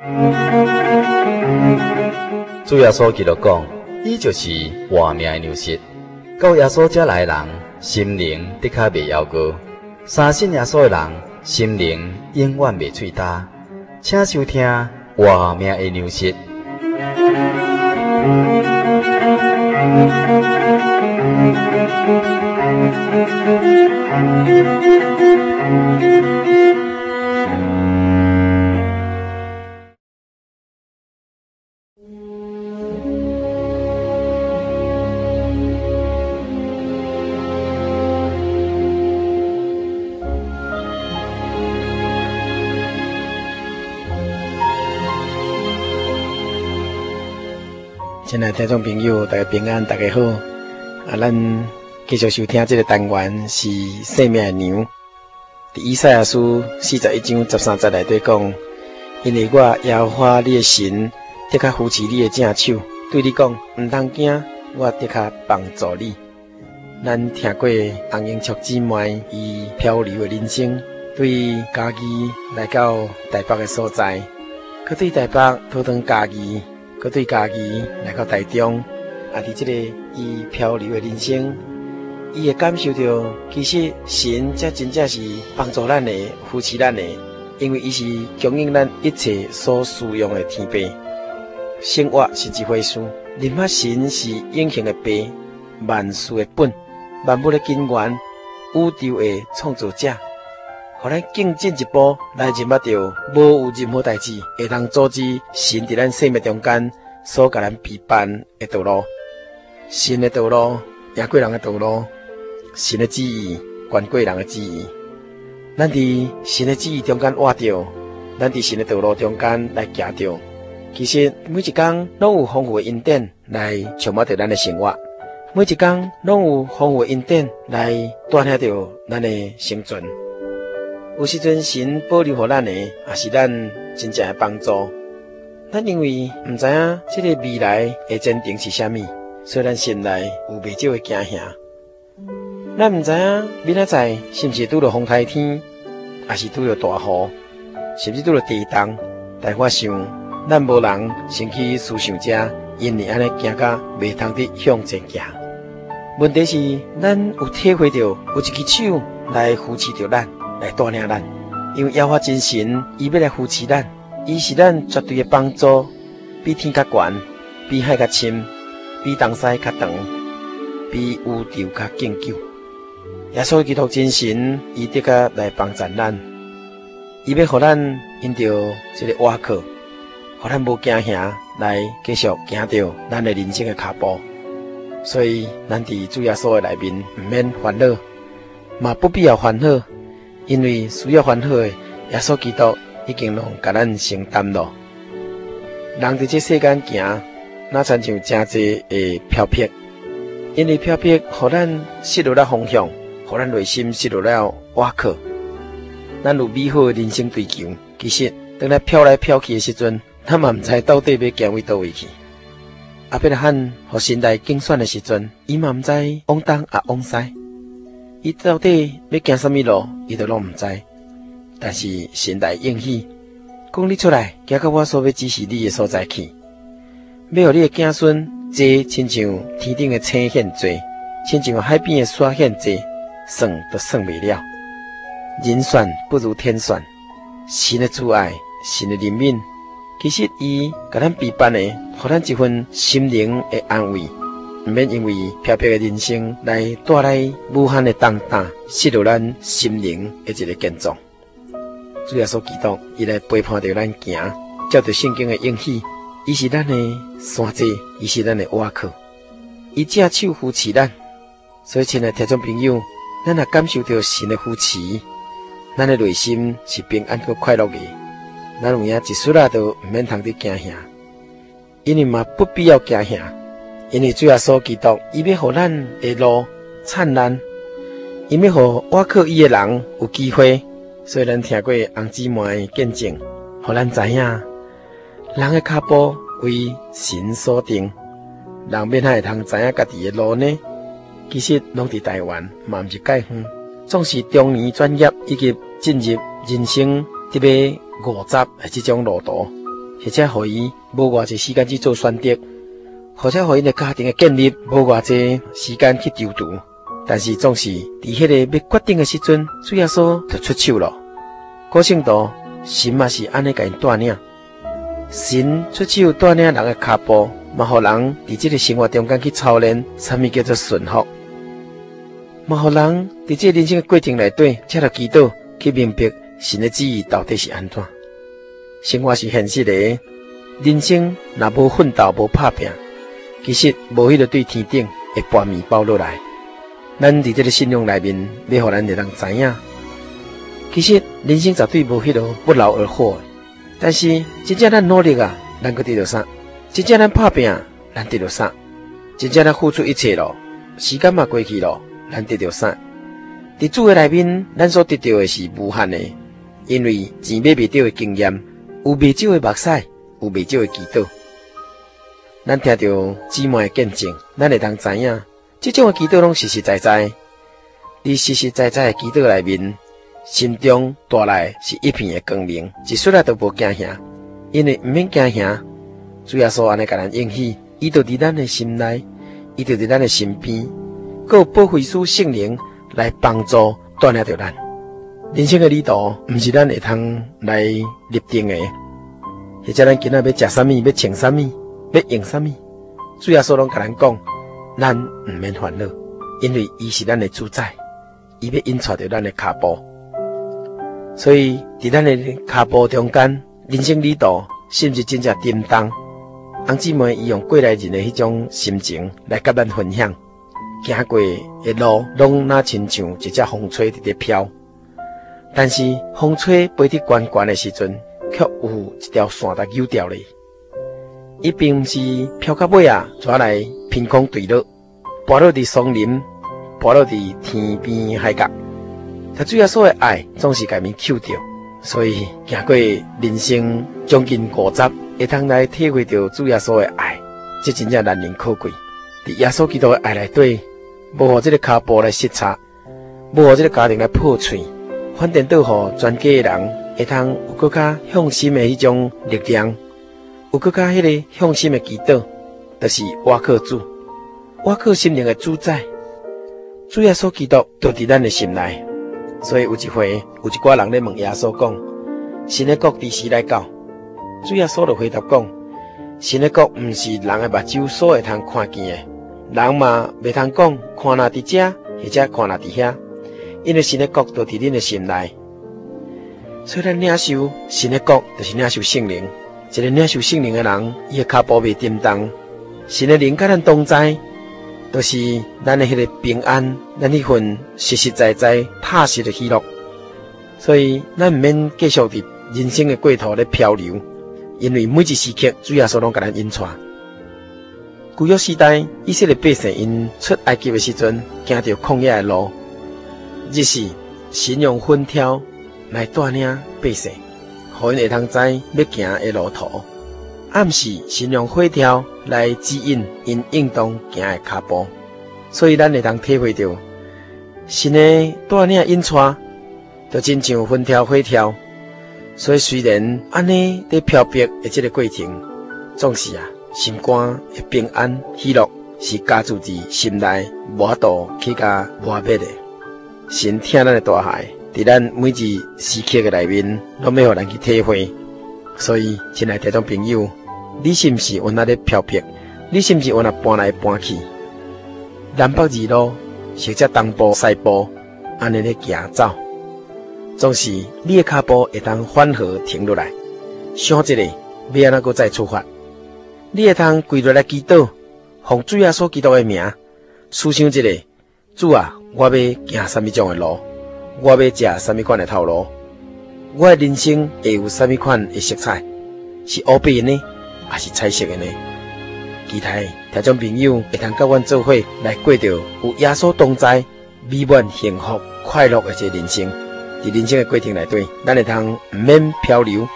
主耶稣基督讲，伊就是活命的粮食。到耶稣这来的人，心灵的确袂夭过；相信耶稣的人，心灵永远袂脆焦。请收听活命的粮食。 亲爱的听众朋友，大家平安，大家好。咱继续收听这个单元是生命的粮。伫以赛亚书41章13节内底讲，因为我耶和华你的神，的确扶持你的正手，对你讲，唔通惊，我的确帮助你。咱听过红英卓姊妹伊漂流的人生，对家己来到台北的所在，佮对台北讨当家己。佮对家己来到台中，伫这个伊漂流的人生，伊会感受到，其实神才真正是帮助咱的、扶持咱的，因为伊是供应咱一切所需用的天父。生活是一回事，任何神是永恒的爸，万事的本，万物的根源，宇宙的创造者。互咱更进一步来认识到，无有任何代志会通阻止神伫咱生命中间所甲咱陪伴的道路。神的道路赢过人的道路，神的旨意悬过人的旨意。咱伫神的旨意中间活着，咱伫神的道路中间来行着。其实每一天拢有丰富的恩典来充满着咱的生活，每一天拢有丰富的恩典来带领着咱的生存。有时阵神保留予咱的，也是咱真正的帮助。咱因为毋知影这个未来的前程是啥物，所以咱心内有袂少的惊吓。咱毋知影明仔载是毋是拄着风台天，也是拄着大雨，甚至拄着地动。但我想，咱无人先去思想者，因为安尼行甲袂通得向前行。问题是，咱有体会到有一只手来扶持着咱。来带领咱，因为耶和华真神，伊要来扶持咱，伊是咱绝对的帮助，比天较悬，比海较深，比东西较长，比宇宙较永久。耶稣基督真神，伊的确来帮助咱，伊要互咱因着这个活靠，互咱无惊吓，来继续行着咱的人生的脚步。所以，咱伫主耶稣的内面，毋免烦恼，嘛不必要烦恼。因为需要烦恼的，耶稣基督已经拢甲咱承担了。人伫这世间行，哪亲像真济的漂泊，因为漂泊，互咱失落了方向，互咱内心失落了活靠。咱有美好的人生追求，其实当咱飘来飘去的时阵，咱嘛毋知到底要行往倒位去。啊，要来喊互神来竞选的时阵，伊嘛毋知往东啊往西。伊到底要行什么路，伊都拢毋知。但是神来应许，讲你出来，行到我所要指示你的所在去。要互你的子孙坐，亲像天顶的星现坐，亲像海边的沙现坐，算都算袂了。人选不如天选，神的慈爱，神的怜悯，其实伊甲咱陪伴的，互咱一份心灵的安慰。毋免因为漂泊的人生来带来无限的重担，失落咱心灵的一个建造。主耶稣基督，伊来陪伴着咱行，照着圣经的应许，伊是咱的山寨，伊是咱的倚靠，伊正手扶持咱。所以，亲爱的听众朋友，咱也感受到神的扶持，咱的内心是平安和快乐的。咱有影一丝仔都毋免通得惊吓，因为嘛不必要惊吓。因为主耶稣基督，伊要互咱的路灿烂，伊要互倚靠伊的人有机会。所以咱听过红姊妹的见证，互咱知影，人的脚步为神所定，人免会通知影家己的路呢？其实拢伫台湾，嘛毋是介远，总是中年转业以及进入人生特别50的这种路途， 或者互伊无偌济时间去做选择，或者互因的家庭的建立无偌济时间去筹度，但是总是伫迄个要决定的时阵，主耶稣就出手了。古圣徒神嘛是安尼甲因带领，神出手带领人的脚步，嘛互人伫这个生活中间去操练什么叫做顺服，嘛互人伫这个人生的过程内底，才着祈祷去明白神的旨意到底是安怎。生活是现实的，人生若无奋斗无拍拼，其实无迄个对天顶会拨面包落来。咱伫这个信仰内面，要互咱会当知影，其实人生绝对无迄个不劳而获的。但是真正咱努力啊，咱阁得到啥？真正咱拍拼，咱得到啥？真正咱付出一切咯，时间嘛过去咯，咱得到啥？伫主的内面，咱所得到的是无限的，因为钱买袂到的经验，有未少的目屎，有未少的祈祷。咱听到姊妹的见证，咱会当知影，这种的祈祷拢实实在在。伫实实在在的祈祷内面，心中带来是一片的光明，一丝仔都无惊吓，因为毋免惊吓。主耶稣安尼甲咱应许，伊就伫咱的心内，伊就伫咱的身边，佮有保惠师圣灵来帮助带领着咱。人生的旅途，毋是咱会通来立定的，或者咱今仔要食啥物，要穿啥物，要用啥物，主耶稣拢甲咱讲，咱毋免烦恼，因为伊是咱的主宰，伊要引带着咱的脚步。所以伫咱的脚步中间，人生旅途是毋是真正沉重？兄姊妹伊用过来人的迄种心情来甲咱分享，行过的路拢若亲像一只风吹伫咧飘，但是风吹飞伫悬悬的时阵，却有一条线在扭掉咧。伊并毋是飘到尾啊，转来凭空坠落，跋落伫松林，跋落伫天边海角。但主耶稣的爱总是甲伊扣着，所以行过人生将近50，会通来体会到主耶稣的爱，这真正难能可贵。伫耶稣基督的爱内底，无互这个脚步来失察，无互这个家庭来破碎，反正倒互全家的人会通有更加向心的迄种力量，有更加迄个向心的祈祷，就是倚靠主，倚靠心灵的主宰。主耶稣基督就伫咱的心内。所以有一回，有一寡人咧问耶稣讲：神的国伫时来到？主耶稣就回答讲：神的国毋是人的目睭所会通看见的，人嘛袂通讲看哪伫遮，或者看哪伫遐，因为神的国就伫恁的心内。所以咱领受神的国，就是领受圣灵。一个领受圣灵的人，伊的脚步袂沉重。神的灵甲咱同在。就是咱的迄个平安，咱迄份实实在在踏实的喜乐，所以咱毋免继续伫人生的过途咧漂流，因为每一时刻主耶稣拢甲咱引带。旧约时代，以色列百姓因出埃及的时阵，行着旷野的路，日时神用粉条来带领百姓，互因会通知要行的路途。暗时神用火条来指引因应当行的脚步，所以咱会通体会到神的带领引带，就真像粉条火条。所以虽然安尼在漂泊的这个过程，总是心肝的平安喜乐是加注伫心内，无法度去甲磨灭的。神听咱的大海，伫咱每一时刻的内面，拢要互咱去体会。所以，亲爱的听众朋友，你是毋是有那咧漂泊？你是毋是有那搬来搬去？南北二路，或者东部西部，安尼咧行走，总是你的脚步会当缓和停落来，想一下要安怎个再出发。你会通跪落来祈祷，奉主耶稣基督的名，思想一下，主啊，我要行什么种的路？我要食什么款的头路？我的人生会有什么款的色彩？是乌白的呢，还是彩色的呢？期待听众朋友会通甲阮做伙来过着有耶稣同在、美满、幸福、快乐的这人生。在人生的过程内底，咱会通毋免漂流。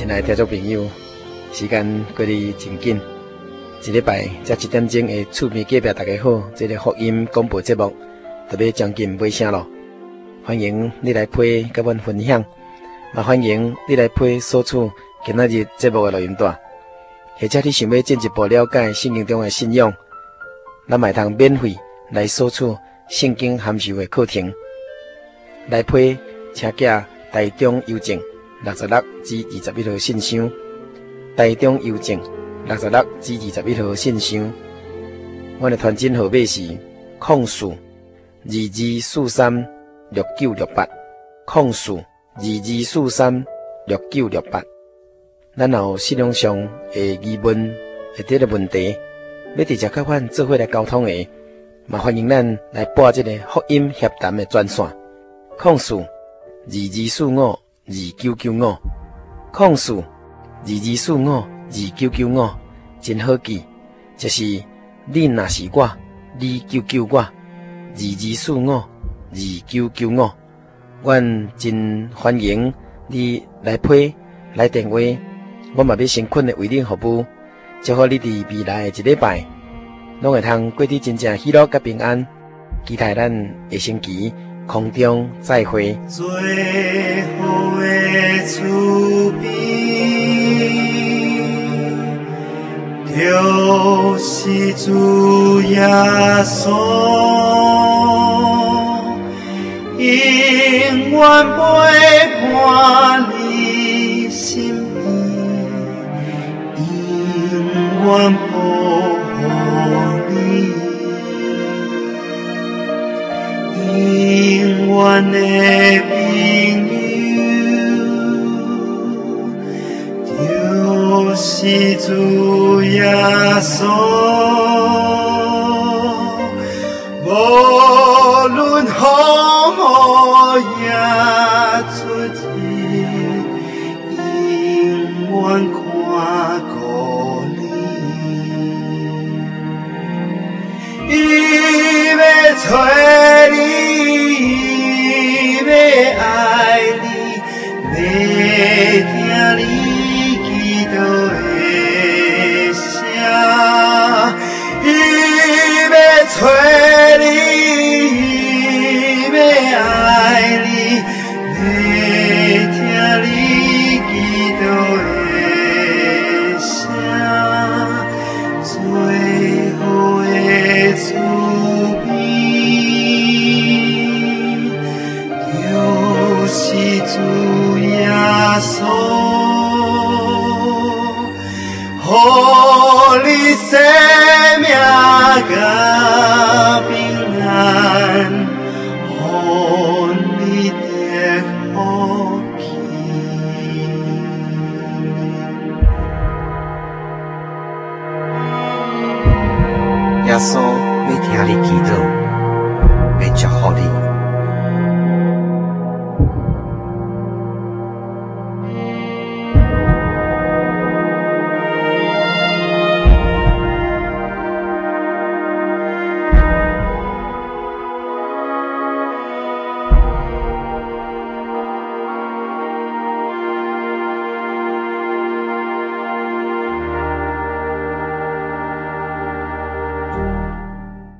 亲爱的听众朋友，时间过得真紧，一礼拜才1点钟的厝边隔壁大家好，这个福音广播节目特别将近尾声咯。欢迎你来陪甲阮分享，也欢迎你来陪索取今仔日节目的录音带，或者你想要进一步了解圣经中的信仰，咱嘛会通免费来索取圣经函授的课程。来陪请寄台中邮政66至21号信箱，台中邮政66至21号信箱。阮的传真号码是0422436968，0422436968。咱有信仰上的疑问或者个问题，要直接甲阮做伙来沟通的，嘛欢迎咱来拨这个福音协谈的专线，0422452995，0422452995，真好记，就是你若是我，你救救我，22452995，阮真欢迎你来配来电话，我嘛要诚恳的为你服务，祝福你伫未来的一礼拜，拢会通过得真正喜乐甲平安，期待咱下星期空中再会。 最后的慈悲，就是主耶稣，永远陪伴你身边，永远保护你。永远的朋友，就是主耶稣，无论风雨也出天，永远看顾你。伊要找你，要爱你，要听你祈祷的声。伊要找你，要爱你，要听你祈祷的声。最后的慈悲，就是主耶稣，予你生命甲平安，予你得福气。 耶稣要听你祈祷。